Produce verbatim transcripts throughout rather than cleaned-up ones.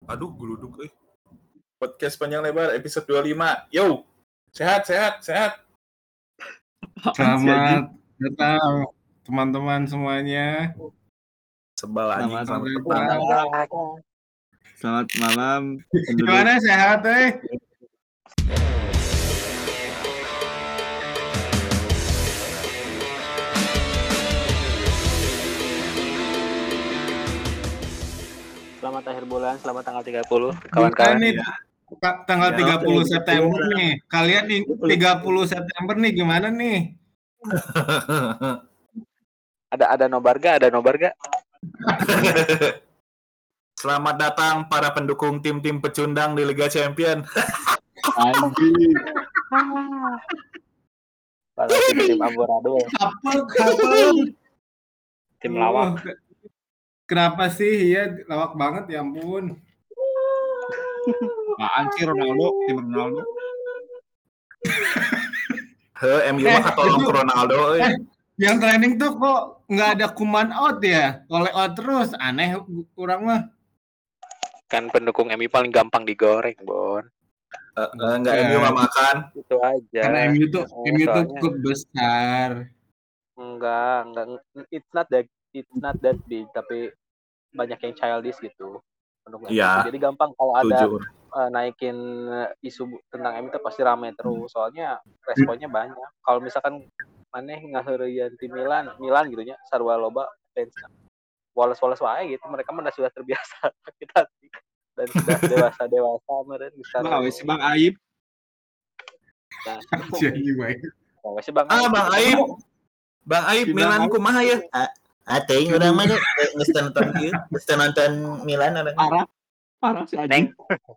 Aduh, geluduk euy. Podcast panjang lebar episode dua puluh lima. Yo. Sehat, sehat, sehat. Selamat datang teman-teman semuanya. Sebal anjing Selamat selamat petang. Selamat malam. Gimana sehat eh? Selamat akhir bulan, selamat tanggal tiga puluh. Kawan-kawan. Nih, ta- tanggal tiga puluh September nih. Kalian di tiga puluh September nih gimana nih? Ada ada nobar gak? Ada nobar gak? Selamat datang para pendukung tim-tim pecundang di Liga Champion. Anjing. Para tim amburadul. Kapal, kapal. Tim lawak. Kenapa sih? Iya, lawak banget ya ampun. Apaan sih Ronaldo? Tim Ronaldo. He, M U mah katolong ke Ronaldo euy. Eh, yang training tuh kok nggak ada kuman out ya? Oleh out terus, aneh kurang mah. Kan pendukung M U paling gampang digoreng, Bon. Uh, uh, enggak M U mah makan. Itu aja. Karena M U tuh Oh, M U tuh soalnya- klub besar. Enggak, enggak. It's not that it's not that big, tapi banyak yang childish gitu. Pendukung M U. Iya. Jadi gampang kalau ada Tujuh. uh, naikin uh, isu tentang M U itu pasti rame terus. Soalnya responnya banyak. Kalau misalkan maneh ngaheureun tim Milan, Milan gitu nya sarua loba fans. Wallace-wallace wae gitu. Mereka mah sudah terbiasa sakit hati dan sudah dewasa-dewasa meureun bisa. Wah, si Bang Aib. Nah, Jadi baik. wah, si Bang Ah, Bang Aib. Bang Aib Si Bang Milan Aib. kumaha ya? Ating urang mah geus nonton ieu, geus nonton Milan urang. Parah. Parah si Anjing. Neng.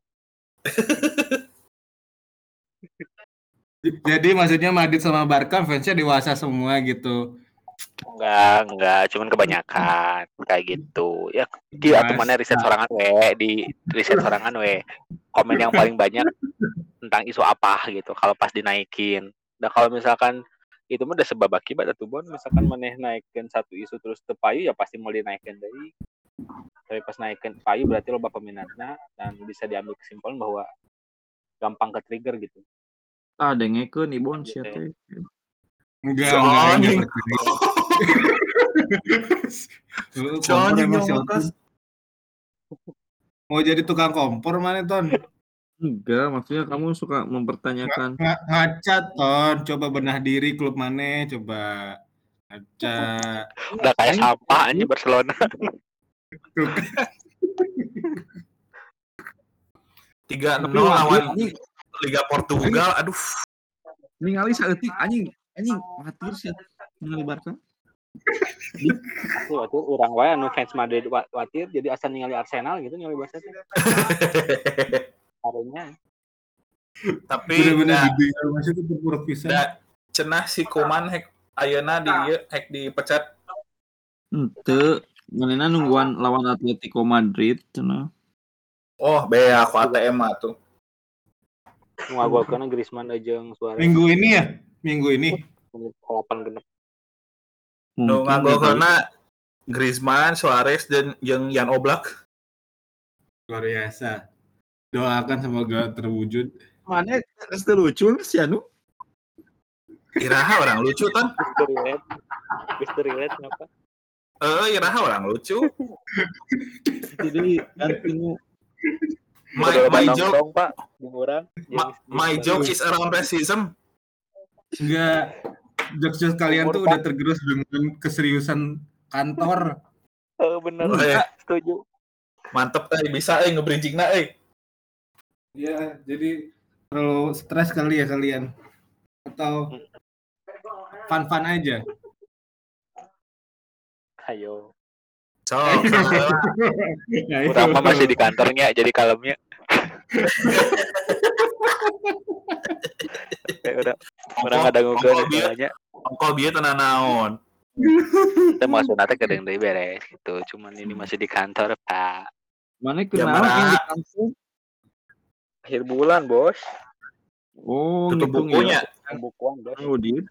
Jadi maksudnya Madrid sama Barca fansnya dewasa semua gitu. Enggak, enggak, cuman kebanyakan kayak gitu. Ya, dia atau mana riset sorangan we, di riset sorangan we. Komen yang paling banyak tentang isu apa gitu kalau pas dinaikin. Nah, kalau misalkan itu mah udah sebab akibat atuh Bon, misalkan maneh naikkeun satu isu terus teu payu ya pasti mau dinaikkeun deui. Tapi pas naikkeun payu berarti loba peminatna dan bisa diambil kesimpulan bahwa gampang ke trigger gitu. Ah, dengekeun Ibon sia teh. Enggak, So, enggak, anjing. enggak percaya. Lu So, kompor anjing emang yang si bekas. Otin. Mau jadi tukang kompor mana Ton? Enggak, maksudnya kamu suka mempertanyakan. Nga- ngaca Ton, coba benah diri klub mana coba. Ngaca. Udah kayak sampah anjing Barcelona. tiga Tapi nol lawan anjing Liga Portugal. Aduh. ningali saeutik anjing, anjing matir sia ningali Barca. Asli waktu urang wae anu fans Madrid wa- watir jadi asa ningali Arsenal gitu ningali Barca teh. Harusnya Tapi Bener-bener da, gede maksudnya berpura pisan. da cenah si Koman hek ayeuna di ieu hek dipecat. Henteu, manehna nungguan lawan Atletico Madrid cenah. Oh, bea aku A T M mah tuh. nu ngagolkeun Griezmann jeung Suarez Minggu ini ya? Minggu ini. menit delapan genep. Nu Mungkin ngagolkeunna Griezmann, Suarez dan jeung Jan Oblak. Luar biasa. Doakan semoga terwujud. mana geus teu lucu sih anu. Iraha orang lucu kan? Mister Relate. Mister Relate kenapa? Eh, Iraha orang lucu. Jadi gantimu My, Udah my nongkrong, joke, Pak, jeung urang. my, my joke is around racism. Enggak. Jokes-jokes kalian tuh udah tergerus dengan keseriusan kantor. Oh, bener. Oh, iya. Setuju. Mantep euy, bisa euy ngebridgingna euy. Ya, jadi terlalu stres kali ya kalian. Atau fun-fun aja. Ayo. So, salah. Urang mah masih di kantornya jadi kalemnya. Eh, udah urang ada ngugel Ongko bieu, nanya. ongko bieu teu naon. Kita masuk nanti ke deui beres gitu. Cuman ini masih di kantor, Pak. mana Ya, kenal mana? yang di kampung? Akhir bulan, Bos. Oh, Tutup ngitung bukunya. ya. Pembukuan, Bos. Oh, dia.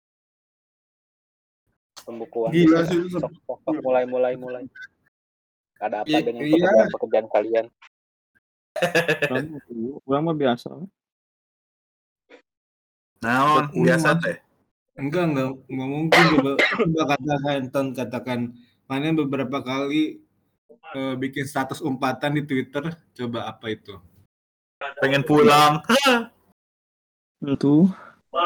Pembukuan. Gila Sok, sih. sok, sok, mulai mulai mulai. Ada apa I- dengan iya. pekerjaan-pekerjaan kalian? Kurang mah biasa. Naon Betul, biasa Mas. teh. Enggak, enggak, enggak mungkin. Coba, coba katakan, Ton, katakan. Mana beberapa kali eh, bikin status umpatan di Twitter. Coba apa itu? Pengen pulang. Itu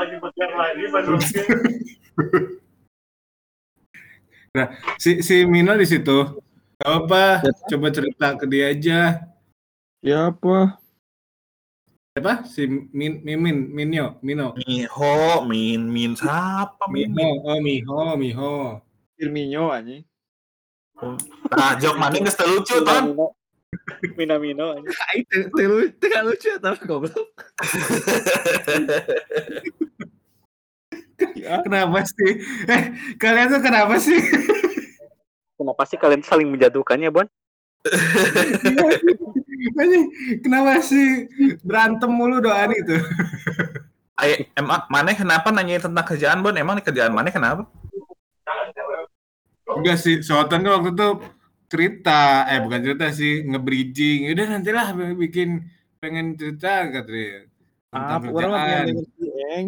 Nah, si si Mino di situ. Gak apa, coba cerita ke dia aja. ya apa? Siapa? Si Min, Mimin, Minyo, Mino. Miho, Min, Min siapa Min? Mino, oh Miho, Miho. Firmino anjing. Nah, jok mana geus teu lucu Ton. Minamino aja. Aing teu teu teu lucu tapi goblok. Kenapa sih? Eh, kalian tuh kenapa sih? Kenapa sih kalian saling menjatuhkannya, Bon? Anjing, kenapa sih berantem mulu doaan itu? Ay, emang mana kenapa nanyain tentang kerjaan Bon? Emang di kerjaan mana kenapa? Enggak sih, Soton kan waktu itu cerita, eh bukan cerita sih, nge-bridging. Udah nantilah bikin pengen cerita katanya tentang Apa orang mah pengen kerjaan. denger si Eng.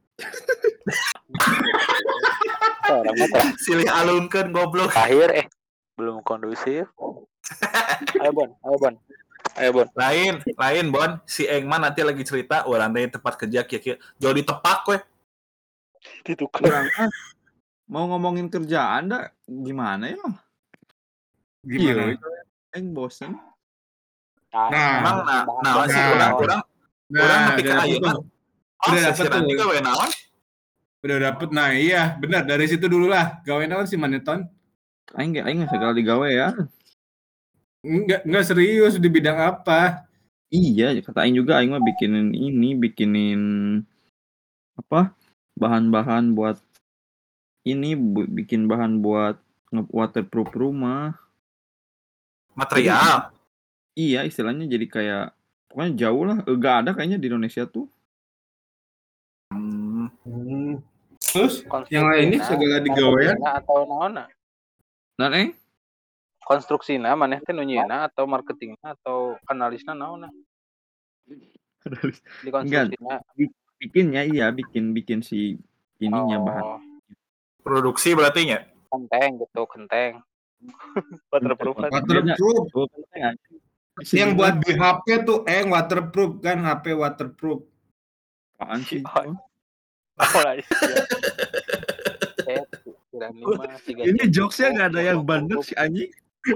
Orang mah ter- Silih alunkeun goblok. terakhir eh belum kondusif. Ayo Bon, ayo Bon. Ayo Bon. Lain, lain Bon. Si Engman nanti lagi cerita, orang teh tempat kerja kieu-kieu. Jauh ditepak we. Ditukar. Kurang ah. Mau ngomongin kerjaan dah gimana ya? Gimana? Iya, Eng bosen. Nah, Emang nah, nah sih Nah. kurang kurang kurang Nah, nepi udah ka dapet ayeuna. tuh. Oh, Udah si dapet Randy tuh. gawe naon? Udah dapet. Nah iya, benar. Dari situ dulu lah. Gawe naon si Maneton? Aing ge aing segala digawe ya. Enggak, enggak serius di bidang apa? Iya, kata Aing juga Aing mah bikinin ini, bikinin apa? Bahan-bahan buat ini bu- bikin bahan buat nge-waterproof rumah. Material. Iya, istilahnya jadi kayak pokoknya jauh lah. Enggak ada kayaknya di Indonesia tuh. Hmm. Hmm. Terus yang lainnya segala digawean. Konstruksina atau naona? Dan Eng, Konstruksina maneh teh nu nyieuna atau marketingna atau analisna naona? Di konstruksina. bikinnya iya, bikin bikin si ininya bahan. Oh, Produksi berarti nya. kenteng gitu, kenteng. Waterproof. Waterproof. Oh, penting aja. Yang buat di H P tuh, eh waterproof kan, H P waterproof. Apaan sih? Oh. Oh, lah, iya. Eh, kurang lima, tiga, Ini tiga, jokesnya tiga, nggak ada yang tiga, bandel tiga. si anjing.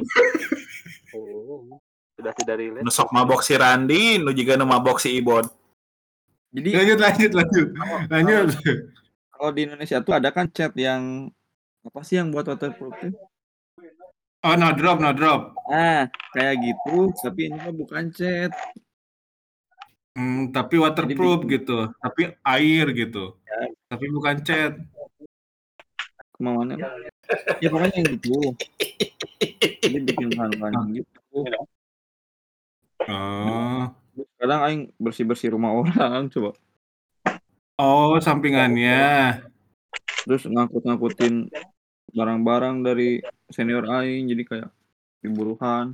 Oh, sudah tidak relate. Nu sok mabok si Randy, nu juga nu mabok si Ibon. Jadi Lanjut, lanjut, lanjut. Lanjut. kalau di Indonesia tuh ada kan cat yang apa sih yang buat waterproof tuh? Oh, no drop, no drop. Ah, kayak gitu, tapi ini mah bukan cat. Hmm, tapi waterproof Jadi gitu. Tapi air gitu. Ya. Tapi bukan cat. Kemauannya ya pokoknya yang gitu. Jadi bikin bahan-bahan gitu. Oh. Kadang aing bersih-bersih rumah orang coba. Oh, sampingannya. Terus ngangkut-ngangkutin barang-barang dari senior aing jadi kayak diburuhan.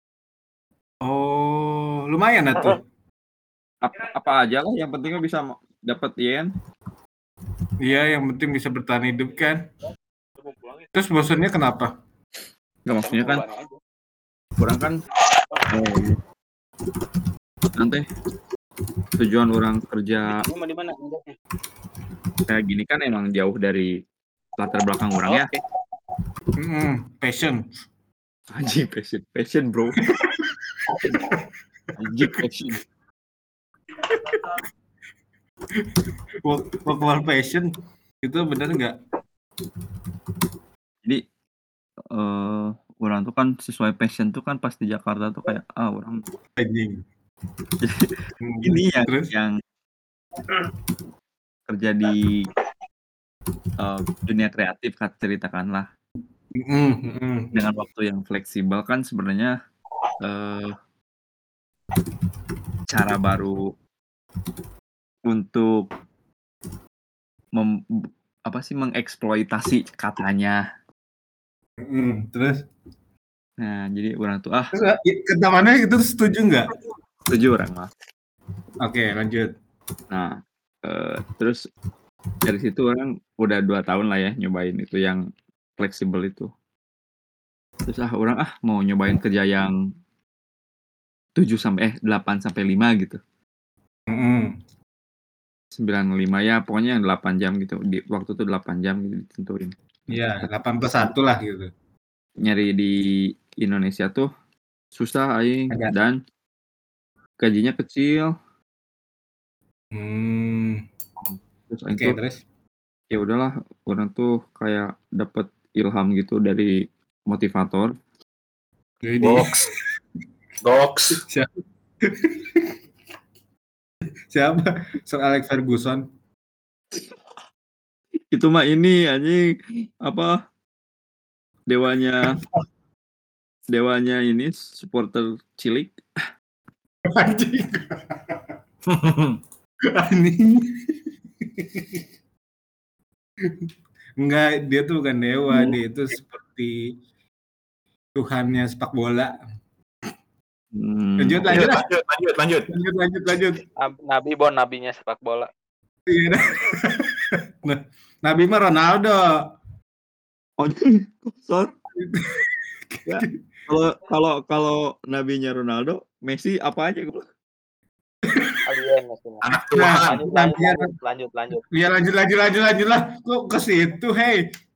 Oh, lumayan lah tuh. Apa, apa aja lah yang pentingnya bisa ma- dapat yen. Iya, yang penting bisa bertahan hidup kan. Terus bosannya kenapa? Enggak maksudnya kan kurang kan oh, nanti tujuan orang kerja Ini di mana? kayak gini kan emang jauh dari latar belakang orang ya. Oke. Hmm, passion. Anjing passion, passion bro. Anjing passion. Work, work for passion. Itu benar nggak? Jadi eh orang tuh kan sesuai passion tuh kan pas di Jakarta tuh kayak ah orang Anjing. ini yang Terus? yang kerja di eh, dunia kreatif kan ceritakanlah Mm, mm. dengan waktu yang fleksibel kan sebenarnya eh, cara baru untuk mem, apa sih mengeksploitasi katanya. Mm, terus? Nah, jadi orang tuh ah Terus i- kata mana itu setuju nggak? setuju orang mah. Oke, lanjut. Nah, eh, terus dari situ orang udah dua tahun lah ya nyobain itu yang fleksibel itu. Terus ah orang ah mau nyobain kerja yang tujuh sampai eh delapan sampai lima gitu. Mm-mm. sembilan lima ya pokoknya yang delapan jam gitu. Di waktu itu delapan jam gitu ditentuin. Iya, delapan plus satu lah gitu. Nyari di Indonesia tuh susah aing Ada. dan gajinya kecil. Hmm, Terus aing oke, tuh terus. ya udahlah orang tuh kayak dapet ilham gitu dari motivator. Jadi Goks. Goks. siapa? Siapa? Sir Alex Ferguson. Itu mah ini anjing apa dewanya dewanya ini supporter cilik. Anjing. Anjing. Enggak, dia tuh bukan dewa, dia itu seperti Tuhannya sepak bola. Hmm, Lanjut, oke. lanjut, Lanjut, lah. lanjut, lanjut, lanjut. lanjut, lanjut, lanjut. Nab- Nabi Bon, nabinya sepak bola. Iya dah. Nah, Nabi mah Ronaldo. Oh, sorry. Ya, kalau kalau kalau nabinya Ronaldo, Messi apa aja gue. Alien maksudnya. Anak Nah, Tuhan. Lanjut, lanjut, nabinya lanjut, lanjut, lanjut. ya lanjut, lanjut, lanjut, lanjut lah. Kok ke situ, hey?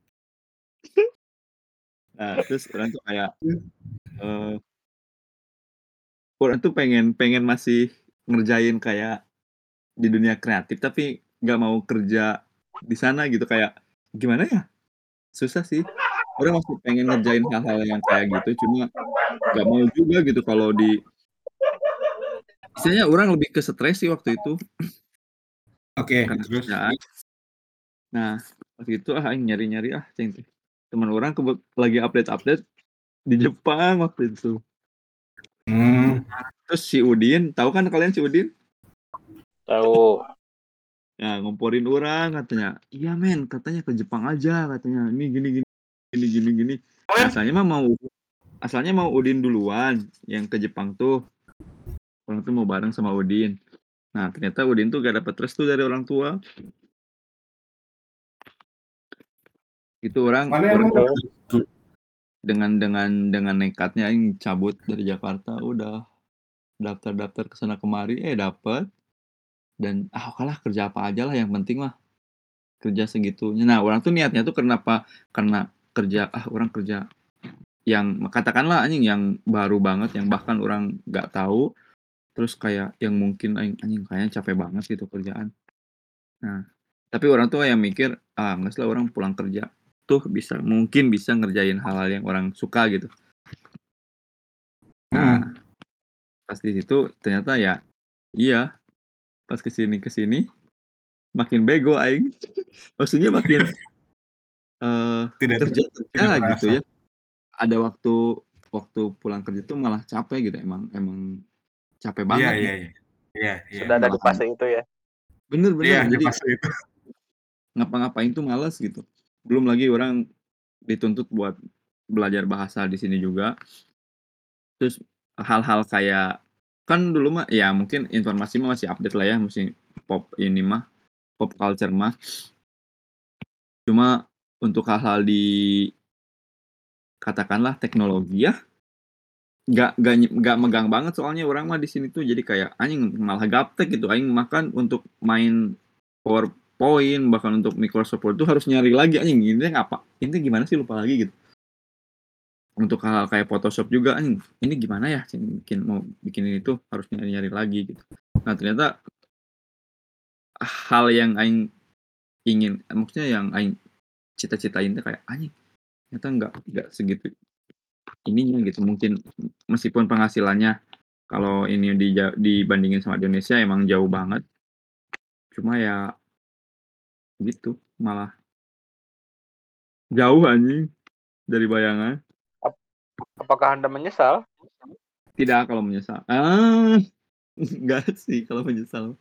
Nah, terus orang tuh kayak eh orang tuh pengen pengen masih ngerjain kayak di dunia kreatif tapi nggak mau kerja di sana gitu kayak gimana ya? Susah sih. Orang masih pengen ngerjain hal-hal yang kayak gitu cuma nggak mau juga gitu kalau di istilahnya orang lebih ke stres sih waktu itu Oke, karena terus. kerjaan. Nah, waktu itu ah aing nyari-nyari ah ceng teh. Teman orang kebe- lagi update-update di Jepang waktu itu. Hmm, Terus si Udin, tahu kan kalian si Udin? Tahu. Ya, ngomporin orang katanya. Iya men, katanya ke Jepang aja katanya. Ini gini gini gini gini gini. Nah, asalnya mah mau asalnya mau Udin duluan yang ke Jepang tuh. Orang tuh mau bareng sama Udin. Nah, ternyata Udin tuh gak dapet restu dari orang tua. Itu orang mana orang emang? dengan dengan dengan nekatnya yang cabut dari Jakarta udah daftar-daftar ke sana kemari eh dapet dan ah kalah kerja apa aja lah yang penting mah kerja segitunya. Nah, orang tuh niatnya tuh kenapa? Karena kerja ah orang kerja yang katakanlah anjing yang baru banget yang bahkan orang nggak tahu terus kayak yang mungkin anjing, anjing kayaknya capek banget gitu kerjaan. Nah, tapi orang tuh yang mikir ah nggak lah orang pulang kerja tuh bisa mungkin bisa ngerjain hal-hal yang orang suka gitu. Nah, Hmm. pas di situ ternyata ya iya pas kesini kesini makin bego aing. Maksudnya makin eh Tidak, kerja tidak kerja gitu terasa. ya. Ada waktu waktu pulang kerja tuh malah capek gitu emang emang capek Iya, banget iya, gitu. iya. Iya, iya. Sudah ada di fase itu ya. Bener-bener Iya, di jadi fase itu. ngapa-ngapain tuh males gitu. Belum lagi orang dituntut buat belajar bahasa di sini juga. Terus hal-hal kayak kan dulu mah ya mungkin informasi mah masih update lah ya mesti pop ini mah pop culture mah. Cuma untuk hal-hal di katakanlah teknologi ya nggak nggak nggak megang banget soalnya orang mah di sini tuh jadi kayak anjing malah gaptek gitu aing makan untuk main PowerPoint bahkan untuk Microsoft Word tuh harus nyari lagi anjing ini ngapa ini gimana sih lupa lagi gitu untuk hal kayak Photoshop juga anjing ini gimana ya bikin mau bikin ini tuh harus nyari nyari lagi gitu nah ternyata hal yang aing ingin maksudnya yang aing cita-citain tuh kayak anjing ternyata nggak nggak segitu ininya gitu mungkin meskipun penghasilannya kalau ini di, dibandingin sama di Indonesia emang jauh banget cuma ya gitu malah jauh anjing dari bayangan. Apakah Anda menyesal? Tidak kalau menyesal ah enggak sih kalau menyesal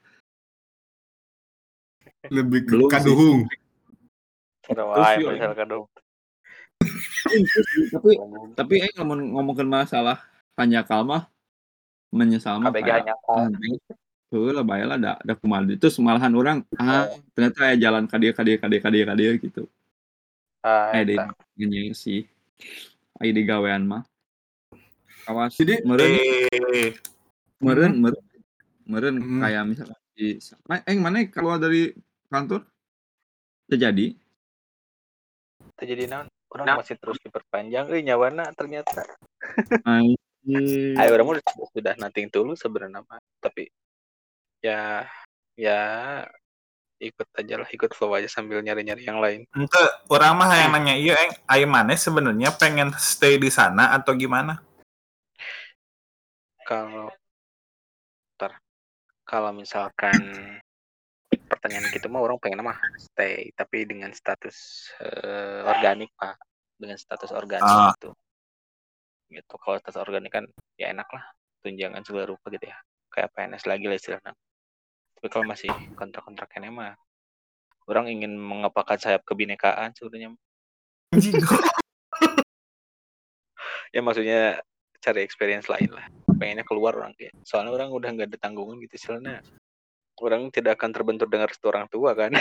Lebih ke belum sih kaduhung. Kira terus wae yuk menyesal kadung. tapi tapi eh ngomong ngomongin masalah hanyakal mah menyesal mah K B G kayak Hanyakal. ah tuh lah bayalah ada ada kumaha itu malahan orang ah ternyata ya jalan ka dieu ka dieu ka dieu ka dieu ka dieu gitu. Ah, Eh di eta. ini sih. Ai di gawean mah. Awas Jadi meureun Eh, meureun meureun meureun Hmm. kayak misalkan di eh mana keluar dari kantor terjadi Terjadi naon? Orang masih terus diperpanjang euy nyawana ternyata. anjir. Ayo orang mah sudah, sudah nothing tulus sebenarnya mah. Tapi ya ya ikut aja lah, ikut flow aja sambil nyari-nyari yang lain. ente orang mah yang nanya iya eng, ai maneh sebenarnya pengen stay di sana atau gimana? Kalau ntar kalau misalkan pertanyaan gitu mah orang pengen mah stay tapi dengan status eh, organik Pak, dengan status organik Ah. gitu. Gitu kalau status organik kan ya enak lah, tunjangan segala rupa gitu ya. Kayak P N S lagi lah istilahnya. Tapi kalau masih kontrak-kontrak ini mah orang ingin mengepakkan sayap kebinekaan sebenarnya. Ya maksudnya cari experience lain lah. Pengennya keluar orang kayak. Soalnya orang udah nggak ada tanggungan gitu istilahnya. Orang tidak akan terbentur dengan restu orang tua kan.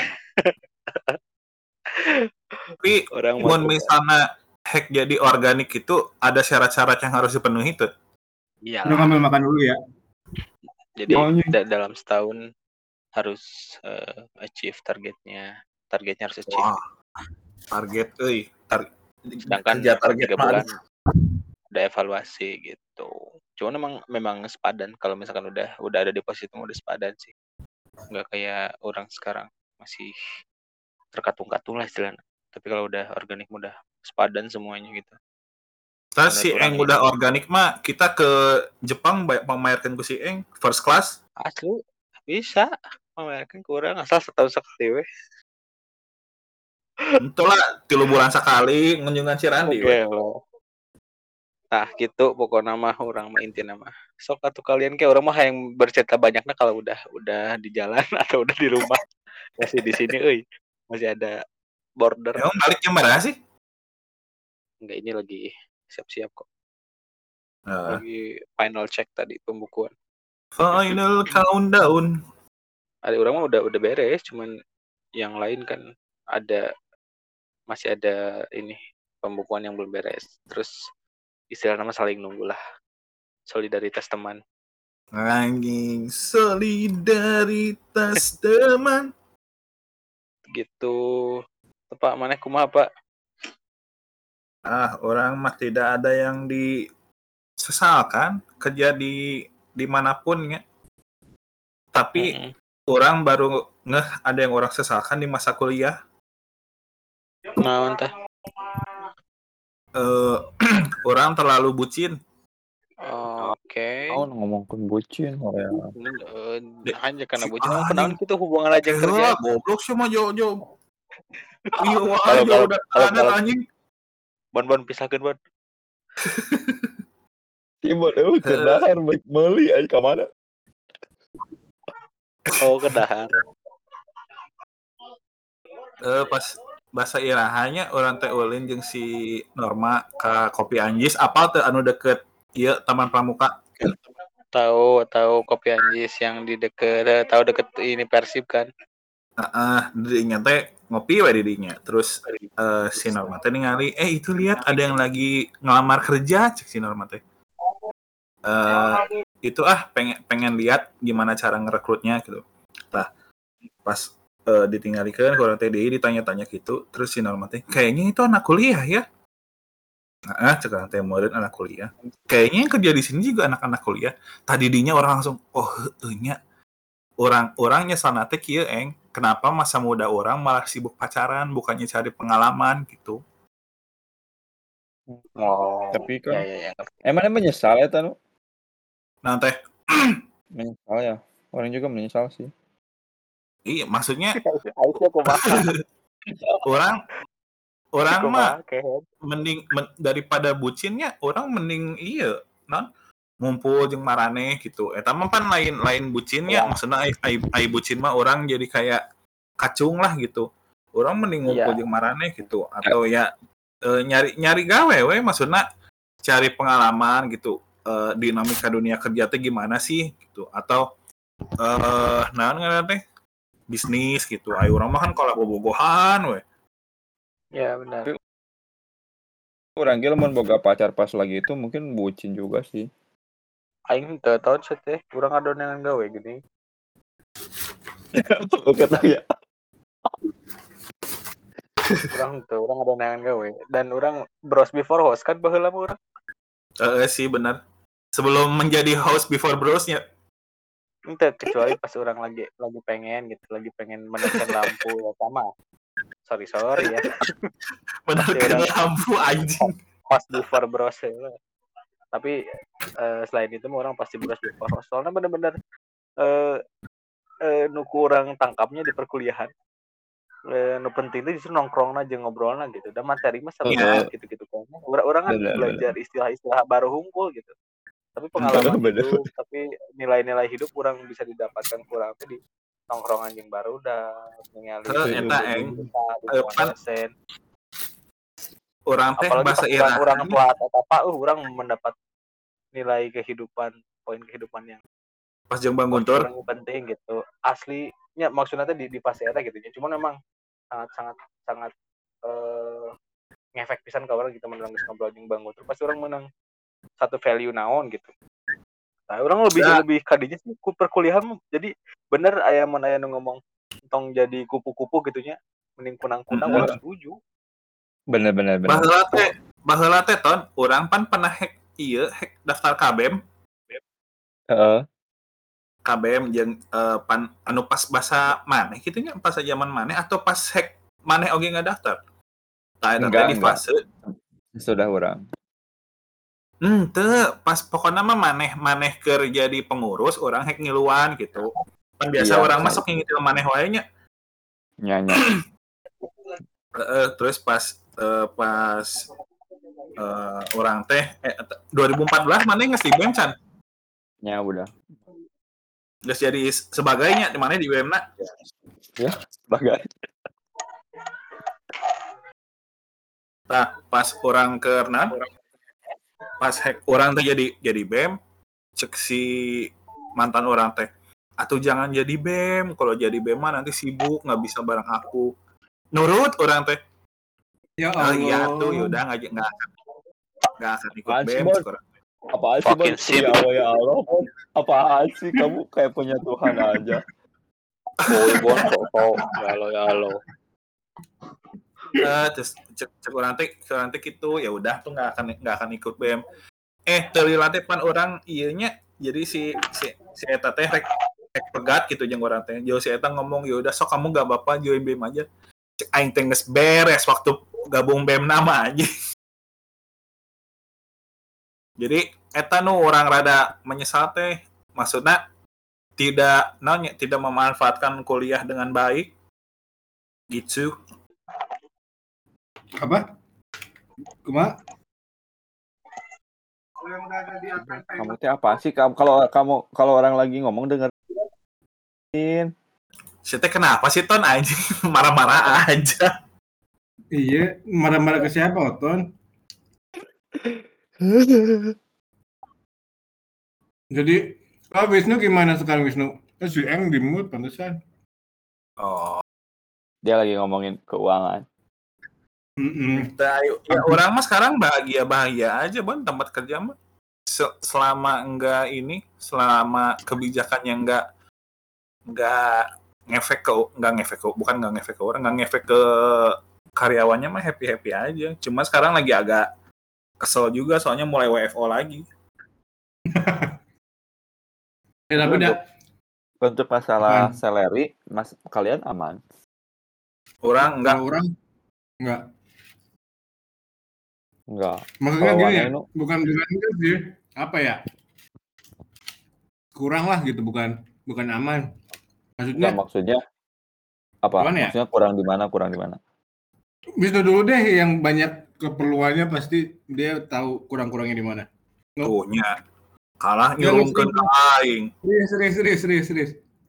Tapi Orang mun mau misalnya hack jadi organik itu ada syarat-syarat yang harus dipenuhi tuh. Udah iyalah. ngambil makan dulu ya. Jadi Oh, iya. da- dalam setahun harus eh, achieve targetnya. Targetnya harus achieve. Wah. Target euy, tar- Sedangkan kerja target tiga mah bulan ada evaluasi gitu. Cuman memang memang sepadan kalau misalkan udah udah ada di posisi itu udah sepadan sih. Nggak kayak orang sekarang masih terkatung-katung lah istilahnya. Tapi kalau udah organik udah sepadan semuanya gitu. Terus Menurut si orang Eng ya. udah organik mah kita ke Jepang banyak pamerkan ku si Eng first class. Asli bisa memamerkan kurang asal setahun sekali weh. Itulah tilu bulan sekali ngunjungan si Randi Oke we. loh. Nah gitu pokoknya mah orang mah intinya mah. Sok atuh kalian kayak orang mah yang bercerita banyaknya kalau udah udah di jalan atau udah di rumah. Masih di sini euy. Masih ada border. Emang balik jam berapa sih? Enggak, ini lagi siap-siap kok. Uh, Lagi final check tadi pembukuan. final countdown. Ada orang mah udah udah beres, cuman yang lain kan ada masih ada ini pembukuan yang belum beres. Terus istilah nama saling nunggu lah. Solidaritas teman. Anjing solidaritas teman. Gitu. Pak, mana kumaha Pak? Ah, orang mah tidak ada yang disesalkan kerja di dimanapun ya. Tapi Mm-mm. orang baru ngeh ada yang orang sesalkan di masa kuliah. Nah, entah. Eh, orang terlalu bucin. Oke. Oh, ngomongin bucin ya. Eh, hanya karena Si bocil anjing. kenaon gitu hubungan aja Eh, kerja. goblok sih mah jauh-jauh. Iya, wah, Kalau- jauh kalau- udah kalau- ada kalau- anjing. Bon-bon pisahkeun, Bon. Timur eueuh ke dahar meuli ai ka mana? Oh, ke dahar. Eh, pas bahasa Irahannya orang teh ulin jeung si Norma ka Kopi Anjis apal teh anu deket ieu Taman Pramuka. Tahu, tahu Kopi Anjis yang di deket, tahu deket ini Persib kan. Heeh, di dinya teh ngopi we di dinya. Terus eh, si Norma teh ningali, "Eh, itu lihat ada yang lagi ngelamar kerja," cek si Norma teh. Eh, itu ah pengen pengen lihat gimana cara ngerekrutnya gitu. Nah, pas uh, ditinggalikeun kurang teh deui ditanya-tanya gitu, terus si Norma teh, "Kayaknya itu anak kuliah ya." Nah, cek teh murid anak kuliah. Kayaknya yang kerja di sini juga anak-anak kuliah. Tadi dinya orang langsung, "Oh, heuh nya." Orang-orangnya sana teh kieu eng, kenapa masa muda orang malah sibuk pacaran bukannya cari pengalaman gitu. Oh, Tapi kan- ya, ya, ya. Emang menyesal ya tanu? Nah, teh Menyesal ya. Orang juga menyesal sih. iya maksudnya Aisyah kumaha? orang orang mah Kumaha kehead. mending men- daripada bucinnya orang mending iya non ngumpul jeung marane gitu eta mah kan lain lain bucinnya Ya. maksudnya ai, ai, ai bucin mah orang jadi kayak kacung lah gitu orang mending ngumpul Ya. jeung marane gitu atau ya eh, nyari nyari gawe we maksudnya cari pengalaman gitu eh, dinamika dunia kerja teh gimana sih gitu atau eh naon ngaran teh bisnis gitu ayo urang mah kan kalau bobogohan we Ya benar. Urang ge lamun boga pacar pas lagi itu mungkin bucin juga sih. Aing teu tahu sih teh, urang adonan gawe gini. Oke tah ya. Urang teu urang adonan gawe dan urang bros before host kan baheula mah urang. eh sih benar sebelum menjadi host before brosnya Ente kecuali pas orang lagi lagi pengen gitu, lagi pengen menekan lampu ya sama. Sorry sorry ya. benar Pasti kan orang lampu anjing host before bros ya. Tapi eh, selain itu mah orang pasti bros before host. Soalnya bener-bener eh eh, nuku orang tangkapnya di perkuliahan. Eh, nu penting itu justru nongkrongna jeung ngobrolna gitu. Dan materi mah seru Iya. banget gitu-gitu kan. Orang-orang kan Benar, belajar istilah-istilah baru hunkul gitu. Tapi pengalaman Bener. hidup, tapi nilai-nilai hidup kurang bisa didapatkan kurang di nongkrongan yang baru dah ningali Heuh, eta eng Eh, pan dosen. orang teh Apalagi bahasa pas orang orang Iran pelat atau apa, uh, orang mendapat nilai kehidupan, poin kehidupan yang pas jeung Bang buat Guntur orang penting gitu. Aslinya maksudnya teh di di fase eta gitu. Cuman memang sangat sangat sangat eh ngefek pisan ka orang kita menang geus ngobrol jeung Bang Guntur. Pasti orang menang satu value naon gitu. Nah, orang lebih Ya. lebih kadinya sih ku perkuliahan mah. Jadi bener aya mun aya nu ngomong tong jadi kupu-kupu gitunya, mending kunang-kunang Mm-mm. orang setuju. Bener bener bener. baheula teh baheula teh ton urang pan pernah hack ieu hack daftar K B M Heeh. K B M jeung eh, pan anu pas bahasa maneh kitu nya pas zaman maneh atau pas hack maneh oge ngadaftar tah eta teh Enggak, di enggak. fase Sudah urang. henteu pas pokokna mah maneh maneh keur jadi pengurus urang hack ngiluan gitu kan biasa Iya, urang sama. masuk ngintil maneh wae nya Nyanyi. Heeh, terus pas eh, pas eh, orang teh eh, dua ribu empat belas maneh geus di B E M can Ya udah. geus jadi sebagainya di mana di B E M na Bagai. nah pas orang ke naon pas hack orang teh jadi jadi B E M cek si mantan orang teh atuh jangan jadi B E M kalau jadi B E M mah nanti sibuk nggak bisa bareng aku nurut orang teh Ya oh Allah. iya tuh yaudah nggak nggak akan nggak akan ikut Apaan B sih, E M Bon? cek orang. Apaan sih, Bon? Fucking Ya sibuk. Allah, ya Allah, Bon. Apaan sih? Kamu kayak punya Tuhan aja. Boy bon kok ya lo ya lo. Eh, terus cek cek orang teh cek orang teh gitu ya udah tuh nggak akan nggak akan ikut B E M eh terlihat teh pan orang ieunya jadi si si si eta teh rek rek pegat gitu jeung orang teh jauh si eta ngomong ya udah sok kamu gak apa-apa join B E M aja cek aing teh geus beres waktu gabung B E M nama aja jadi eta nu orang rada menyesal teh maksudnya tidak nanya tidak memanfaatkan kuliah dengan baik gitu Apa? Kuma? Kamu teh apa sih? Kamu kalau kamu kalau orang lagi ngomong dengerin. si teh kenapa sih ton anjing marah-marah aja Iya, marah-marah ke siapa, Oton? Jadi, oh Wisnu gimana sekarang Wisnu? Eh, si Eng di mood pantesan. oh Dia lagi ngomongin keuangan. Mm-mm. Nah, ya orang mah sekarang bahagia bahagia aja bon tempat kerja mah Se- selama enggak ini selama kebijakannya enggak enggak ngefek ke enggak ngefek ke bukan enggak ngefek ke orang enggak ngefek ke karyawannya mah happy happy aja cuma sekarang lagi agak kesel juga soalnya mulai W F O lagi Eh, tapi dah, Untuk masalah Apaan? salary, mas kalian aman? orang enggak kalau orang enggak. Enggak. Maksudnya Kalau gini ya, Wana itu bukan bukan enggak sih. Apa ya? Kurang lah gitu, bukan bukan aman. enggak Maksudnya, maksudnya apa? Gimana ya? Maksudnya kurang di mana? Kurang di mana? Wisnu dulu deh yang banyak keperluannya pasti dia tahu kurang-kurangnya di mana. tuh nya kalah Ya, nyurungkeun serius. ka aing Serius, serius, serius, serius, serius.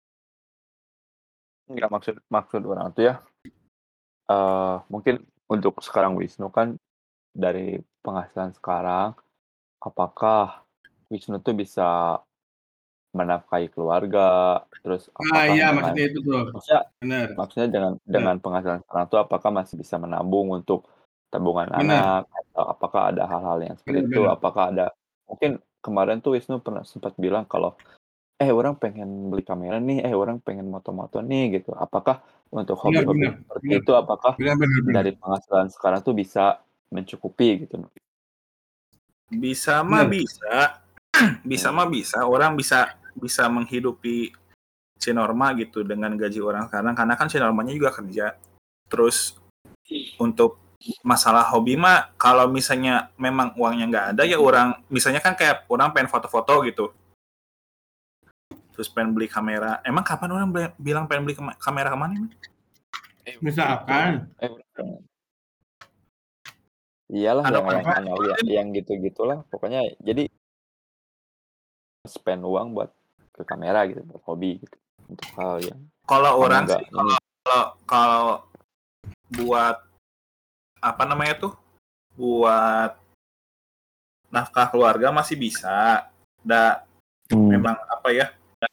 Enggak maksud maksud orang tuh ya. Eh mungkin untuk sekarang Wisnu kan dari penghasilan sekarang, apakah Wisnu tuh bisa menafkahi keluarga, terus Ah, apakah iya dengan maksudnya itu tuh. maksudnya Benar. maksudnya dengan Benar. dengan penghasilan sekarang tuh apakah masih bisa menabung untuk tabungan Benar. anak, atau apakah ada hal-hal yang seperti Benar, itu? benar. Apakah ada mungkin kemarin tuh Wisnu pernah sempat bilang kalau, "Eh, orang pengen beli kamera nih, eh, orang pengen moto-moto nih," gitu. Apakah untuk Benar, hobi-hobi benar. seperti Benar. itu, apakah Benar, benar, benar. dari penghasilan sekarang tuh bisa mencukupi gitu? Bisa mah Benar. bisa. Bisa mah bisa. Orang bisa bisa menghidupi si Norma gitu dengan gaji orang sekarang karena kan si Normanya juga kerja. Terus untuk masalah hobi mah kalau misalnya memang uangnya nggak ada ya orang misalnya kan kayak orang pengen foto-foto gitu. Terus pengen beli kamera. Emang kapan orang beli- bilang pengen beli kema- kamera kemana? Emang? Misalkan. Eh, iyalah Anu yang yang apa? yang, yang, yang gitu-gitulah pokoknya jadi spend uang buat ke kamera gitu buat hobi gitu untuk hal yang Kalau kamu orang nggak sih ini kalau kalau buat apa namanya tuh buat nafkah keluarga masih bisa. Da hmm. memang apa ya?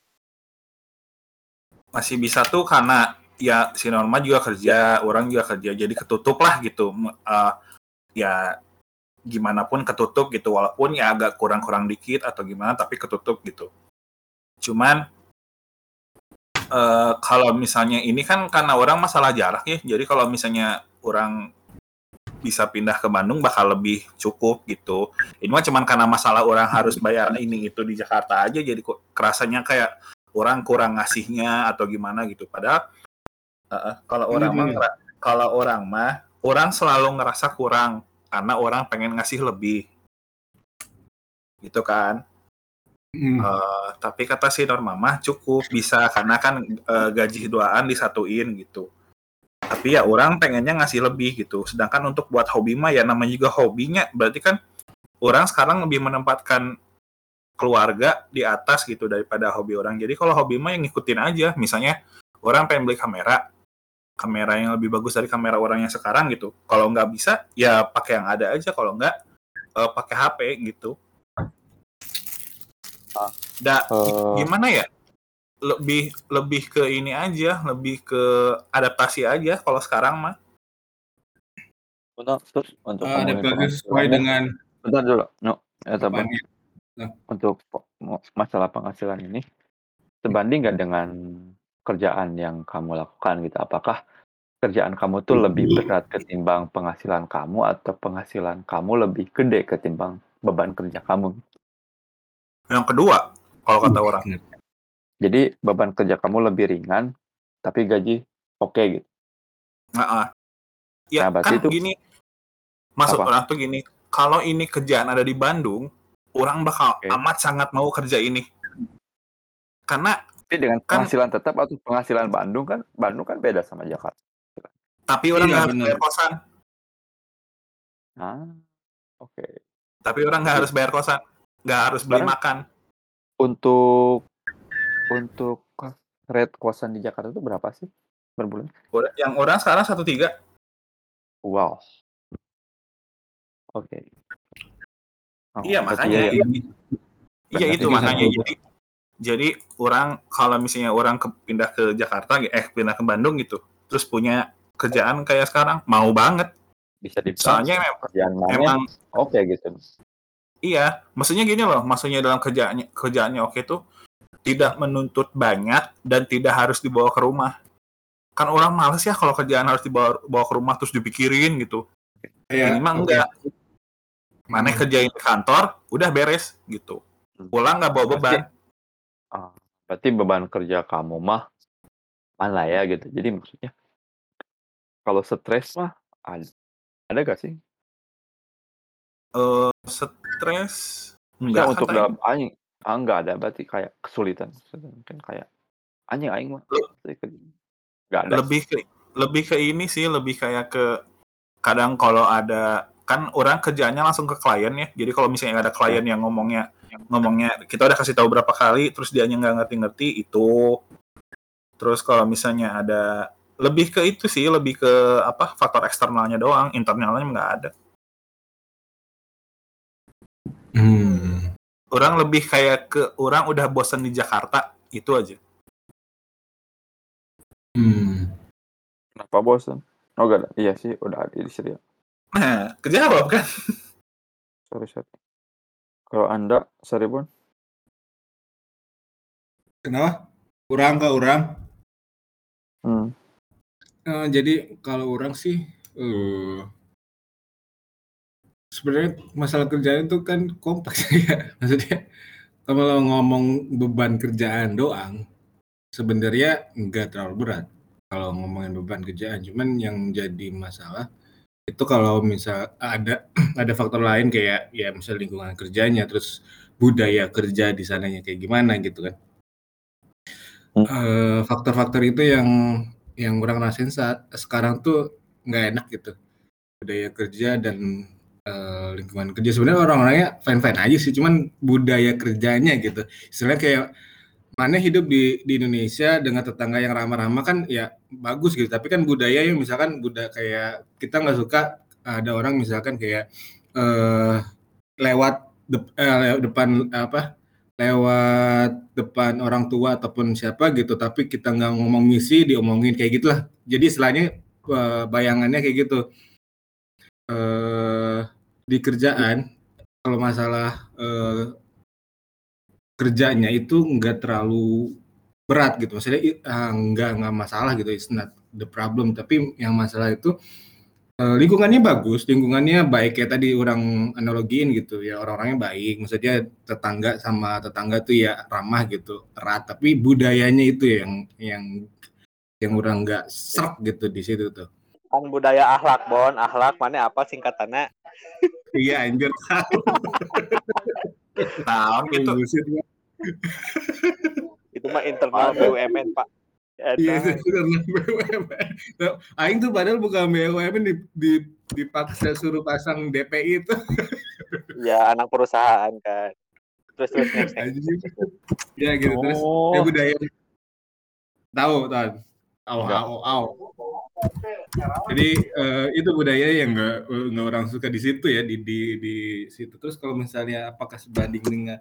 Masih bisa tuh karena ya si Norma juga kerja, orang juga kerja, jadi ketutup lah gitu. Uh, ya gimana pun ketutup gitu, walaupun ya agak kurang-kurang dikit atau gimana, tapi ketutup gitu. Cuman uh, kalau misalnya ini kan karena orang masalah jarak ya, jadi kalau misalnya orang bisa pindah ke Bandung bakal lebih cukup gitu. Ini mah cuman karena masalah orang harus bayar ini itu di Jakarta aja, jadi kok kerasanya kayak orang kurang ngasihnya atau gimana gitu. Padahal uh, kalau orang mah kalau orang mah orang selalu ngerasa kurang karena orang pengen ngasih lebih, gitu kan. Hmm. Uh, tapi kata si Norma mah cukup bisa karena kan uh, gaji duaan disatuin gitu. Tapi ya orang pengennya ngasih lebih gitu. Sedangkan untuk buat hobi mah ya namanya juga hobinya, berarti kan orang sekarang lebih menempatkan keluarga di atas gitu daripada hobi orang. Jadi kalau hobi mah yang ngikutin aja. Misalnya orang pengen beli kamera, kamera yang lebih bagus dari kamera orang yang sekarang gitu. Kalau nggak bisa, ya pakai yang ada aja. Kalau nggak, uh, pakai H P gitu. Ah, da, uh, gimana ya? Lebih lebih ke ini aja, lebih ke adaptasi aja. Kalau sekarang mah. Untuk terus untuk uh, ngomongin sesuai dengan. Bentar dulu, no, ya sabar. Nah. Untuk masalah penghasilan ini, sebanding nggak dengan kerjaan yang kamu lakukan gitu? Apakah kerjaan kamu tuh lebih berat ketimbang penghasilan kamu atau penghasilan kamu lebih gede ketimbang beban kerja kamu? Yang kedua, kalau kata orang. Jadi beban kerja kamu lebih ringan, tapi gaji oke okay, gitu. Nah, ya nah, kan itu, gini, maksud apa? Orang tuh gini, kalau ini kerjaan ada di Bandung, orang bakal okay. amat sangat mau kerja ini. Karena tapi dengan penghasilan kan, tetap atau penghasilan Bandung kan, Bandung kan beda sama Jakarta. Tapi orang nggak harus bayar kosan. Ah, oke. Okay. Tapi orang nggak harus bayar kosan, nggak harus beli Sekarang, makan. Untuk untuk rate kosan di Jakarta itu berapa sih per bulan? Yang orang sekarang satu koma tiga. Wow. Oke. Okay. Oh, iya makanya. Ya, iya itu makanya. Jadi, jadi orang kalau misalnya orang ke, pindah ke Jakarta, eh pindah ke Bandung gitu, terus punya kerjaan kayak sekarang, mau banget. Bisa dibilang. Soalnya memang, kerjaan memang oke okay, gitu. Iya, maksudnya gini loh, maksudnya dalam kerjaannya kerjaannya oke tuh tidak menuntut banyak dan tidak harus dibawa ke rumah. Kan orang males ya kalau kerjaan harus dibawa bawa ke rumah terus dipikirin gitu. Ya, ini mah okay. enggak. Mana kerjain di kantor, udah beres gitu. Pulang nggak bawa beban. Ah, berarti beban kerja kamu mah mana ya gitu. Jadi maksudnya kalau stres mah ada, ada gak sih? Uh, stres enggak untuk dalam aing, ah, enggak ada berarti kayak kesulitan. Mungkin kayak anjing aing mah enggak ada. Lebih ke lebih ke ini sih, lebih kayak ke kadang kalau ada kan orang kerjaannya langsung ke klien ya. Jadi kalau misalnya ada klien yang ngomongnya ngomongnya kita udah kasih tahu berapa kali terus dianya nggak ngerti-ngerti itu. Terus kalau misalnya ada lebih ke itu sih, lebih ke apa faktor eksternalnya doang, internalnya nggak ada. Hmm. Orang lebih kayak ke orang udah bosan di Jakarta, itu aja. Hmm. Kenapa bosan? Oh enggak ada. Iya sih, udah ada di sini. Nah, kejawab kan? Sorry, sorry. Kalau Anda, sorry Bon. Kenapa? Urang ke urang. Hmm. Eh, jadi kalau orang sih eh sebenarnya masalah kerjaan itu kan kompleks ya. Maksudnya kalau ngomong beban kerjaan doang, sebenarnya nggak terlalu berat kalau ngomongin beban kerjaan. Cuman yang jadi masalah itu kalau misal ada ada faktor lain kayak ya misal lingkungan kerjanya, terus budaya kerja di sananya kayak gimana gitu kan. Hmm. Eh, faktor-faktor itu yang yang orang rasain saat sekarang tuh nggak enak gitu. Budaya kerja dan eh, lingkungan kerja sebenarnya orang-orangnya fine-fine aja sih, cuman budaya kerjanya gitu. Istilahnya kayak mana hidup di di Indonesia dengan tetangga yang ramah-ramah kan ya bagus gitu, tapi kan budaya yang misalkan budaya kayak kita nggak suka ada orang misalkan kayak eh, lewat dep- eh, lewat depan apa lewat depan orang tua ataupun siapa gitu, tapi kita nggak ngomong misi diomongin kayak gitulah. Jadi istilahnya eh, bayangannya kayak gitu. Eh, di kerjaan kalau masalah eh, kerjanya itu nggak terlalu berat gitu, maksudnya uh, nggak nggak masalah gitu, it's not the problem, tapi yang masalah itu uh, lingkungannya bagus, lingkungannya baik kayak tadi orang analogiin gitu ya, orang-orangnya baik, maksudnya tetangga sama tetangga tuh ya ramah gitu, erat, tapi budayanya itu yang yang yang orang nggak serk gitu di situ tuh. Kan budaya akhlak Bon, akhlak mana apa singkatannya? Iya anjir. Tahun gitu. Itu mah internal B U M N Pak. Iya itu karena B U M N. Aing tuh padahal bukan B U M N di, di dipaksa suruh pasang D P I itu. Ya anak perusahaan kan. Terus terus next next. Ya gitu Oh. terus ya budaya tahu tahu. Au Enggak. au au. Jadi eh, itu budaya yang nggak nggak orang suka di situ ya, di di di situ. Terus kalau misalnya apakah sebanding dengan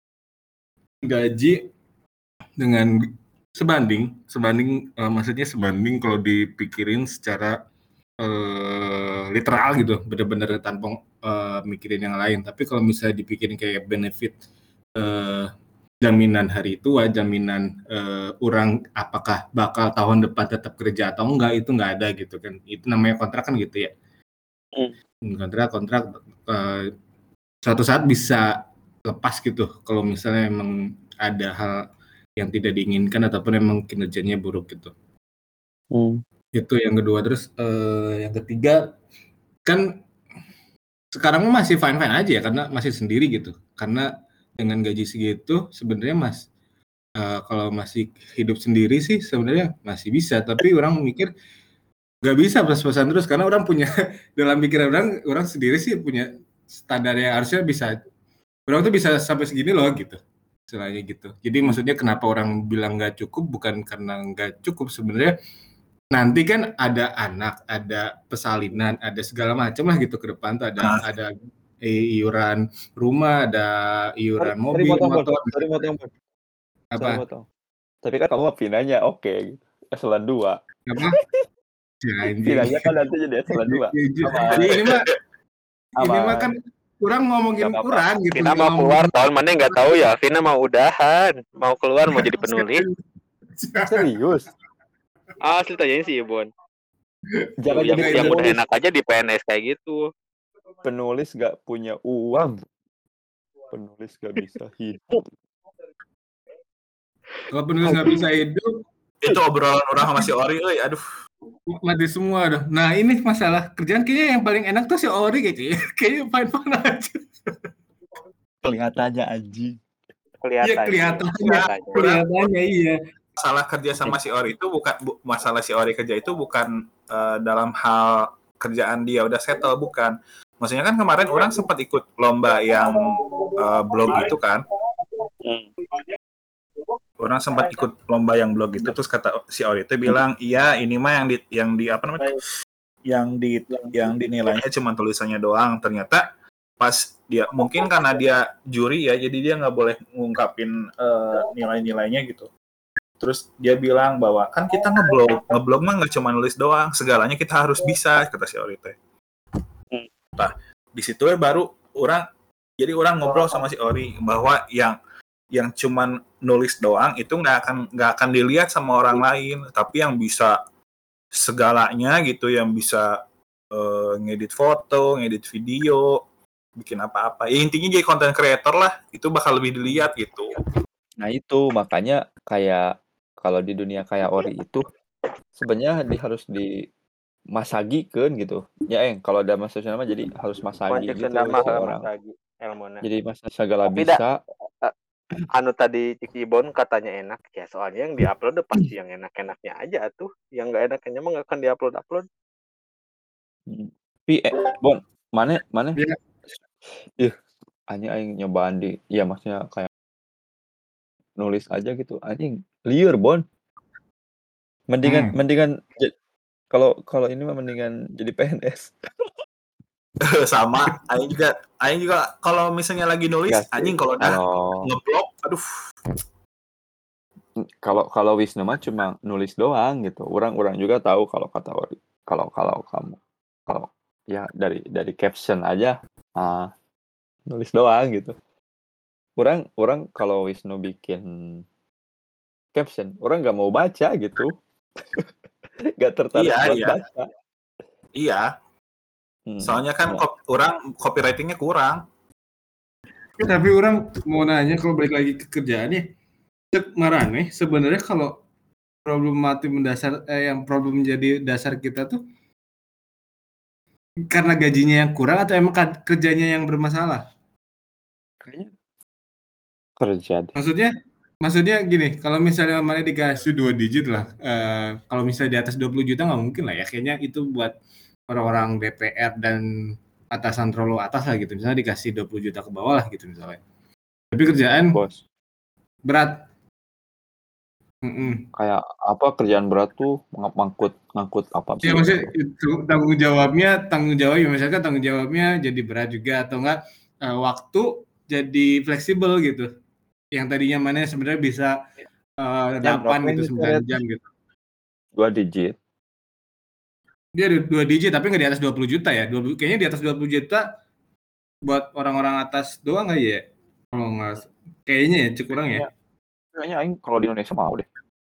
gaji dengan sebanding sebanding eh, maksudnya sebanding kalau dipikirin secara eh, literal gitu, bener-bener tanpa eh, mikirin yang lain. Tapi kalau misalnya dipikirin kayak benefit eh, jaminan hari tua, jaminan eh, orang apakah bakal tahun depan tetap kerja atau enggak, itu enggak ada gitu kan. Itu namanya kontrak kan gitu ya. Hmm. Kontrak kontrak eh, suatu saat bisa lepas gitu kalau misalnya emang ada hal yang tidak diinginkan ataupun emang kinerjanya buruk gitu. Hmm. Itu yang kedua. Terus eh, yang ketiga kan sekarang masih fine-fine aja ya karena masih sendiri gitu. Karena dengan gaji segitu sebenarnya Mas uh, kalau masih hidup sendiri sih sebenarnya masih bisa, tapi orang mikir nggak bisa pas-pasan terus karena orang punya dalam pikiran orang orang sendiri sih punya standar yang harusnya bisa, orang tuh bisa sampai segini loh gitu istilahnya gitu. Jadi maksudnya kenapa orang bilang nggak cukup bukan karena nggak cukup, sebenarnya nanti kan ada anak, ada persalinan, ada segala macam lah gitu ke depan tuh ada Ah. ada iuran rumah, ada iuran Sorry mobil, motong, Bon. motor. Sorry motong, Bon. Apa? Sorry motong. Tapi kan kamu pinanya oke okay. Eselon dua. Apa? Pinanya kan nanti jadi eselon dua. Jadi ini mah ini mah kan kurang ngomongin Nggak apa-apa. kurang gitu. Vina mau keluar tahun mana nggak tahu ya. Vina mau udahan, mau keluar mau jadi penulis. Serius? Ah, asli tanyain sih ya Bon. Jangan yang, jadi yang udah penulis. enak aja di P N S kayak gitu. Penulis nggak punya uang. Penulis nggak bisa hidup. Kalau penulis nggak bisa hidup, Itu obrolan orang sama si Ori, euy, aduh. mati semua dah. Nah ini masalah kerjaan kayaknya yang paling enak tuh si Ori kayaknya. Kayaknya fine-fine aja. Kelihatannya anjing. Kelihatan. Iya kelihatannya. Kelihatannya. Kelihatannya iya. Masalah kerja sama si Ori itu bukan bu, masalah si Ori kerja itu bukan uh, dalam hal kerjaan dia udah settle, bukan. Maksudnya kan kemarin orang sempat ikut lomba yang uh, blog itu kan. Hmm. Orang sempat ikut lomba yang blog itu, terus kata si Ori itu bilang, "Iya, ini mah yang di yang di apa namanya? Yang di yang dinilainya cuma tulisannya doang. Ternyata pas dia mungkin karena dia juri ya, jadi dia nggak boleh ngungkapin uh, nilai-nilainya gitu. Terus dia bilang bahwa kan kita ngeblog, ngeblog mah nggak cuma nulis doang, segalanya kita harus bisa, kata si Ori teh. Nah, di situ ya baru orang, jadi orang ngobrol sama si Ori bahwa yang yang cuman nulis doang itu nggak akan nggak akan dilihat sama orang lain, tapi yang bisa segalanya gitu, yang bisa uh, ngedit foto, ngedit video, bikin apa-apa. Ya, intinya jadi content creator lah, itu bakal lebih dilihat gitu. Nah itu makanya kayak kalau di dunia kayak Ori itu sebenarnya di, harus dimasagikan gitu. Ya eng kalau ada masa nama jadi harus masagi gitu si orang. Jadi masa segala Tapi bisa. Da, anu tadi Cikibon katanya enak ya, soalnya yang diupload pasti yang enak-enaknya aja tuh, yang nggak enaknya mah nggak akan diupload upload. Tapi eh, Bon, mana mana? Iya. Ih, anjing aing nyobaan di, ya maksudnya kayak nulis aja gitu. Anjing liar, Bon. Mendingan Hmm. mendingan kalau kalau ini mah mendingan jadi P N S. Sama, aing juga aing juga kalau misalnya lagi nulis Nggak sih. anjing kalau udah Kalau ngeblok, aduh. kalau kalau Wisnu mah cuma nulis doang gitu. Orang-orang juga tahu kalau kata Ori, kalau kalau kamu kalau ya dari dari caption aja ah, nulis doang gitu. Orang orang kalau Wisnu bikin caption, orang nggak mau baca gitu. Nggak tertarik Iya, buat iya. baca. Iya. Hmm, Soalnya kan ya. kop, orang copywritingnya kurang. Ya, tapi orang mau nanya kalau balik lagi ke kerjaannya, cek marane sebenarnya kalau problematik mendasar eh, yang problem menjadi dasar kita tuh karena gajinya yang kurang atau emang kerjanya yang bermasalah? Kayaknya kerja deh. Maksudnya maksudnya gini, kalau misalnya mana dikasih dua digit lah, eh, kalau misalnya di atas dua puluh juta nggak mungkin lah ya, kayaknya itu buat orang-orang D P R dan atasan terlalu atas lah gitu, misalnya dikasih dua puluh juta ke bawah lah gitu misalnya. Tapi kerjaan Bos. berat. Mm-mm. Kayak apa kerjaan berat tuh ngangkut ngangkut apa sih? Ya maksudnya itu tanggung jawabnya tanggung jawab ya misalkan tanggung jawabnya jadi berat juga atau enggak uh, waktu jadi fleksibel gitu. Yang tadinya mana sebenarnya bisa uh, delapan gitu sembilan jam gitu. Dua digit. Dia ada dua digit tapi nggak di atas dua puluh juta ya. dua puluh, kayaknya di atas dua puluh juta buat orang-orang atas doang nggak ya? Kalau nggak kayaknya ya cek kurang ya. Kayaknya aing kalau di Indonesia mau deh.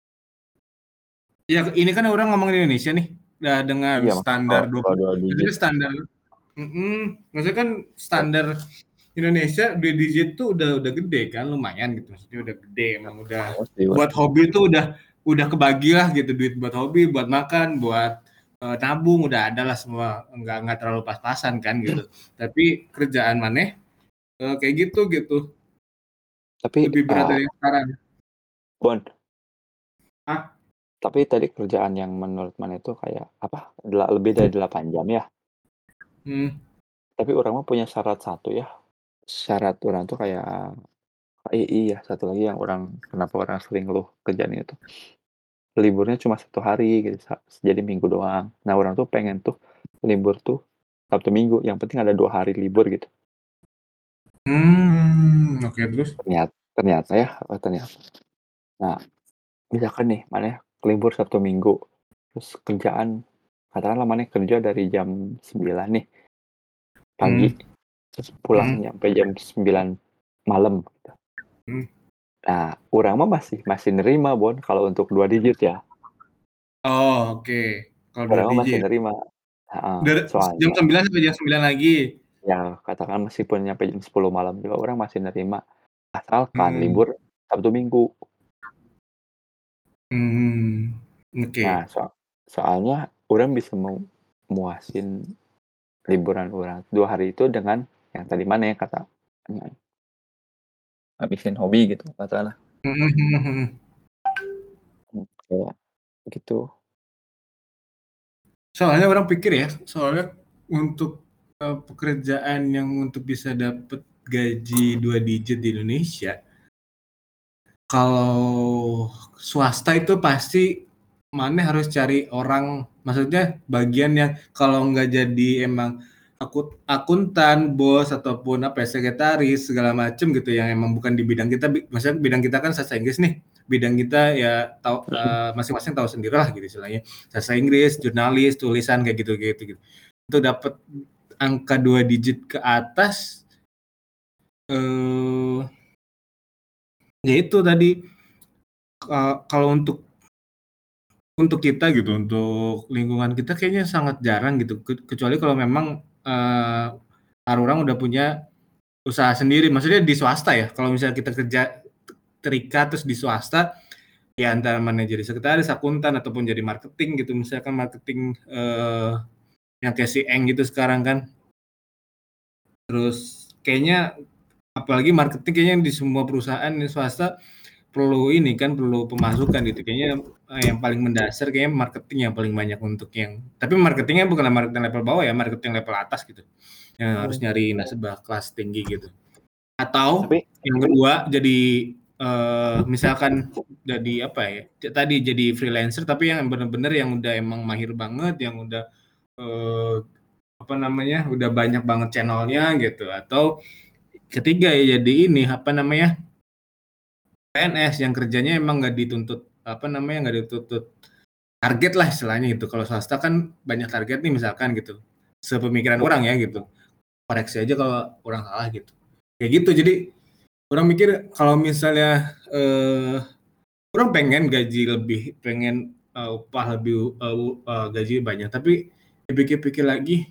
Ya ini kan orang ngomong di Indonesia nih. Nah, dengan Iya, standar kalau- dua kalau puluh dua digit. itu standar mm maksudnya kan standar Indonesia dua digit tuh udah udah gede kan, lumayan gitu, maksudnya udah gede emang udah Pasti, buat hobi tuh udah udah kebagi lah gitu, duit buat hobi, buat makan, buat uh, nabung udah ada lah semua, nggak nggak terlalu pas-pasan kan gitu. Tapi kerjaan maneh uh, kayak gitu gitu Tapi lebih berat uh, dari yang sekarang. Bon. Hah? Tapi tadi kerjaan yang menurut mana itu kayak apa? Del- lebih dari delapan jam ya. Hmm. Tapi orang mah punya syarat satu ya. Syarat orang tuh kayak eh, iya satu lagi yang orang kenapa orang sering ngeluh kerjaan itu. Liburnya cuma satu hari gitu, jadi minggu doang. Nah orang tuh pengen tuh libur tuh Sabtu Minggu, yang penting ada dua hari libur gitu. Hmm, oke okay, terus? Ternyata, ternyata ya, oh, ternyata. Nah, misalkan nih, mana libur Sabtu Minggu, terus kerjaan, katakanlah mana kerja dari jam sembilan nih, pagi, hmm. terus pulang hmm. sampai jam sembilan malam. Gitu. Hmm. Nah, orang mah masih masih nerima, Bon, kalau untuk dua digit ya. Oh, oke. Okay. Kalau dua Orang masih digit. nerima. Nah, Dari soalnya jam sembilan sampai jam sembilan lagi. ya katakan meskipun nyampe jam sepuluh malam juga orang masih nerima. Asalkan Hmm. libur Sabtu Minggu. Hmm. Oke. Okay. Nah, so- soalnya orang bisa memuasin liburan orang dua hari itu dengan yang tadi mana ya kata habisin hobi gitu katakanlah. Hmm. Kayak gitu. Soalnya orang pikir ya, soalnya untuk uh, pekerjaan yang untuk bisa dapat gaji dua digit di Indonesia, kalau swasta itu pasti mana harus cari orang, maksudnya bagian yang kalau nggak jadi emang akut akuntan, bos ataupun apa ya, sekretaris segala macem gitu yang emang bukan di bidang kita. Bi- Maksudnya bidang kita kan sastra Inggris nih. Bidang kita ya tahu eh, masing-masing tahu sendiri lah gitu istilahnya. Sastra Inggris, jurnalis, tulisan kayak gitu gitu gitu. Itu dapat angka dua digit ke atas eh ya itu tadi ka- kalau untuk untuk kita gitu, untuk lingkungan kita kayaknya sangat jarang gitu. Ke- Kecuali kalau memang eh orang udah punya usaha sendiri, maksudnya di swasta ya. Kalau misalnya kita kerja terikat terus di swasta, ya antara mana jadi sekretaris, akuntan ataupun jadi marketing gitu. Misalkan marketing eh, yang kayak si Eng gitu sekarang kan. Terus kayaknya apalagi marketing kayaknya di semua perusahaan di swasta perlu ini kan perlu pemasukan gitu. Kayaknya eh, yang paling mendasar kayaknya marketing yang paling banyak untuk yang. Tapi marketingnya bukan marketing level bawah ya, marketing level atas gitu. Yang harus nyari nasabah kelas tinggi gitu. Atau Tapi yang kedua jadi eh, misalkan jadi apa ya? Tadi jadi freelancer tapi yang benar-benar yang udah emang mahir banget, yang udah eh, apa namanya? Udah banyak banget channelnya gitu. Atau ketiga ya jadi ini apa namanya? P N S yang kerjanya emang nggak dituntut apa namanya nggak dituntut target lah istilahnya gitu. Kalau swasta kan banyak target nih misalkan gitu. Sepemikiran orang ya gitu. Koreksi aja kalau orang salah gitu. Kayak gitu. Jadi orang mikir kalau misalnya eh, orang pengen gaji lebih, pengen eh, upah lebih eh, eh, gaji banyak, tapi dipikir-pikir lagi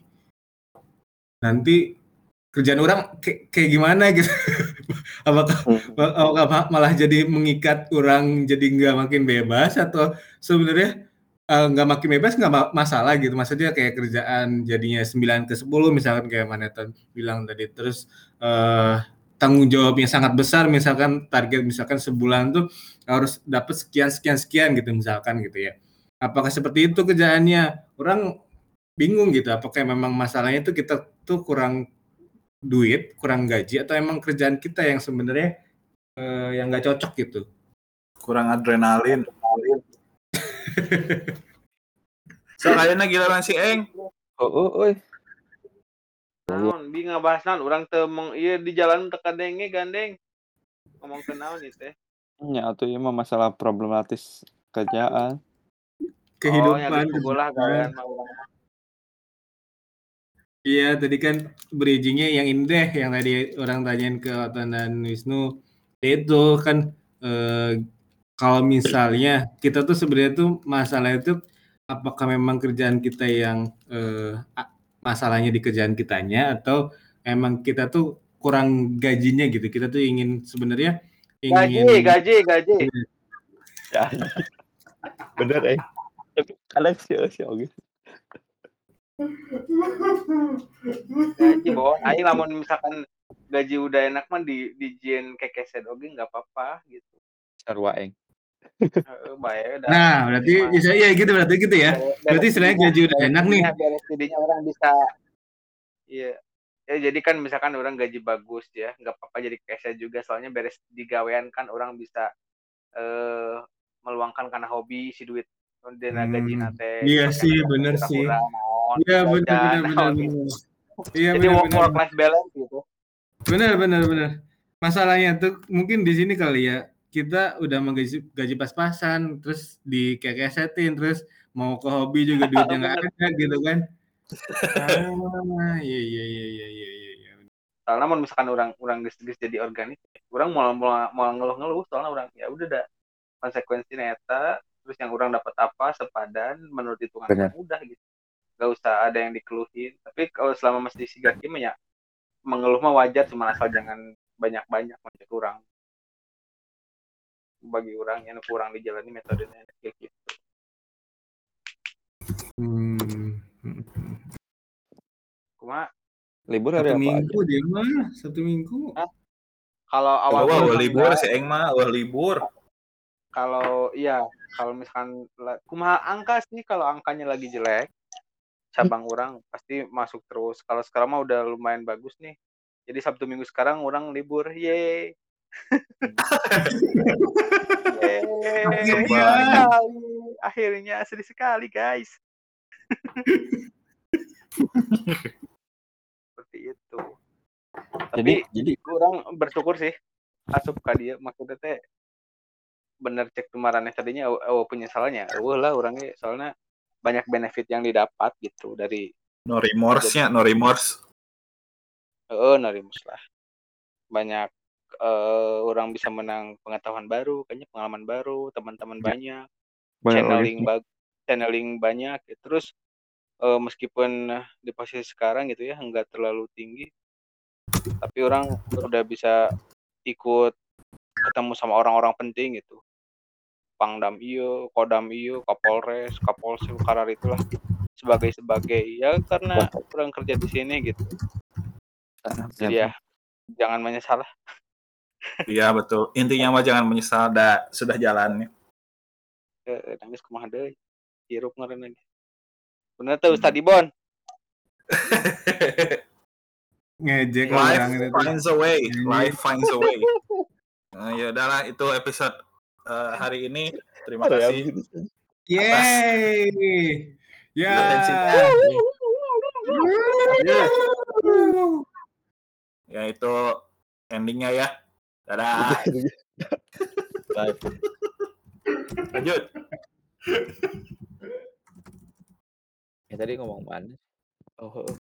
nanti kerjaan orang kayak, kayak gimana gitu. Apakah, apakah malah jadi mengikat orang jadi nggak makin bebas atau sebenarnya eh, nggak makin bebas nggak ma- masalah gitu. Maksudnya kayak kerjaan jadinya sembilan ke sepuluh misalkan kayak Manetan bilang tadi. Terus eh, tanggung jawabnya sangat besar misalkan target misalkan sebulan tuh harus dapat sekian sekian sekian gitu misalkan gitu ya. Apakah seperti itu kerjaannya? Orang bingung gitu. Apakah memang masalahnya itu kita tuh kurang duit, kurang gaji atau emang kerjaan kita yang sebenarnya eh, yang nggak cocok gitu. Kurang adrenalin. So kayaknya giliran si Eng. oh, oh, oh. Naon, bi ngabahas naon urang teu meng ieu di jalan teu kadenge gandeng. Ngomong ke naon ieu teh? Ya, atuh ieu mah masalah problematis kerjaan. Oh, nya Kehidupan. geus puguh lah gawean mah urang mah. Iya, tadi kan bridgingnya yang ini deh, yang tadi orang tanyain ke Otan dan Wisnu. Itu kan eh, kalau misalnya kita tuh sebenarnya tuh masalah itu apakah memang kerjaan kita yang eh, a- masalahnya di kerjaan kitanya atau emang kita tuh kurang gajinya gitu. Kita tuh ingin sebenarnya Gaji, ingin gaji, gaji. Ya, bener eh. Tapi kadang sih sih oke. Gaji boh. Aing lamun misalkan gaji udah enak mah di dijieun kekeset oge enggak apa-apa gitu. Sarua eng. Heeh, bae da. Nah, berarti bisa ya gitu berarti gitu ya. Berarti selain gaji udah enak nih. Beres jadinya orang bisa iya. Ya jadi kan misalkan orang gaji bagus ya, enggak apa-apa jadi kekeset juga soalnya beres digawean kan orang bisa eh meluangkan karena hobi si duit dina gaji Hmm, nate iya gitu kan sih, ada bener sih. kurang naon Iya benar jajan benar benar naon gitu. benar. Iya Jadi benar work benar. work life balance gitu. Benar benar benar. Masalahnya tuh mungkin di sini kali ya. Kita udah menggaji gaji pas-pasan, terus dikekesetin, terus mau ke hobi juga duitnya nggak Bener. ada gitu kan. Ah, iya iya iya iya iya iya. iya. Soalnya mau misalkan orang orang geus geus jadi organik, orang mau mau mau ngeluh-ngeluh soalnya orang ya udah ada konsekuensi neta, terus yang orang dapat apa sepadan menurut hitungan Bener. orang udah gitu. Gak usah ada yang dikeluhin. Tapi kalau selama masih sigaki mah ya mengeluh mah wajar cuma asal jangan banyak-banyak macam kurang. Bagi orang yang kurang dijalani metodenya kayak gitu. Hmm. Cuma Libur Satu hari apa minggu aja? dia mah, satu minggu. Hah? kalau awal Wah, bulan wah libur enggak, si Eng mah, wah libur. kalau iya kalau misalkan la- kumaha angka sih kalau angkanya lagi jelek cabang orang pasti masuk terus. Kalau sekarang mah udah lumayan bagus nih. Jadi Sabtu Minggu sekarang orang libur. Yeay. Yeay. Akhirnya. Sedih sekali. Akhirnya sedih sekali guys. gitu. Jadi Tapi jadi orang bersyukur sih asup ka dia maksudnya teh bener cek kemarin tadinya eueuh penyesalannya eueuh lah orangnya soalnya banyak benefit yang didapat gitu dari No remorse-nya, no remorse. eueuh narimus lah banyak eh, orang bisa menang pengetahuan baru kayaknya pengalaman baru teman-teman Ya. banyak banyak channeling orangnya. bag channeling banyak gitu. Terus eh, meskipun di posisi sekarang gitu ya nggak terlalu tinggi tapi orang udah bisa ikut ketemu sama orang-orang penting gitu Pangdam iyo, Kodam iyo, Kapolres, Kapolsek, karar itulah sebagai sebagai ya karena orang kerja di sini gitu. Jadi ya jangan menyesal lah. Iya betul. Intinya mah jangan menyesal dah sudah jalannya. Eh, nangis kumaha deui. Hirup ngaran lagi. Bener tuh Ustaz Ibon. Ngejek Iya. lah Life orang itu tuh. finds a way. Life finds a way. Nah, ya udahlah itu episode eh, hari ini. Terima kasih. Yeay. Ya. Atensi. Ya itu endingnya ya. Dadah. Lanjut. Ya tadi ngomong mana? Oh,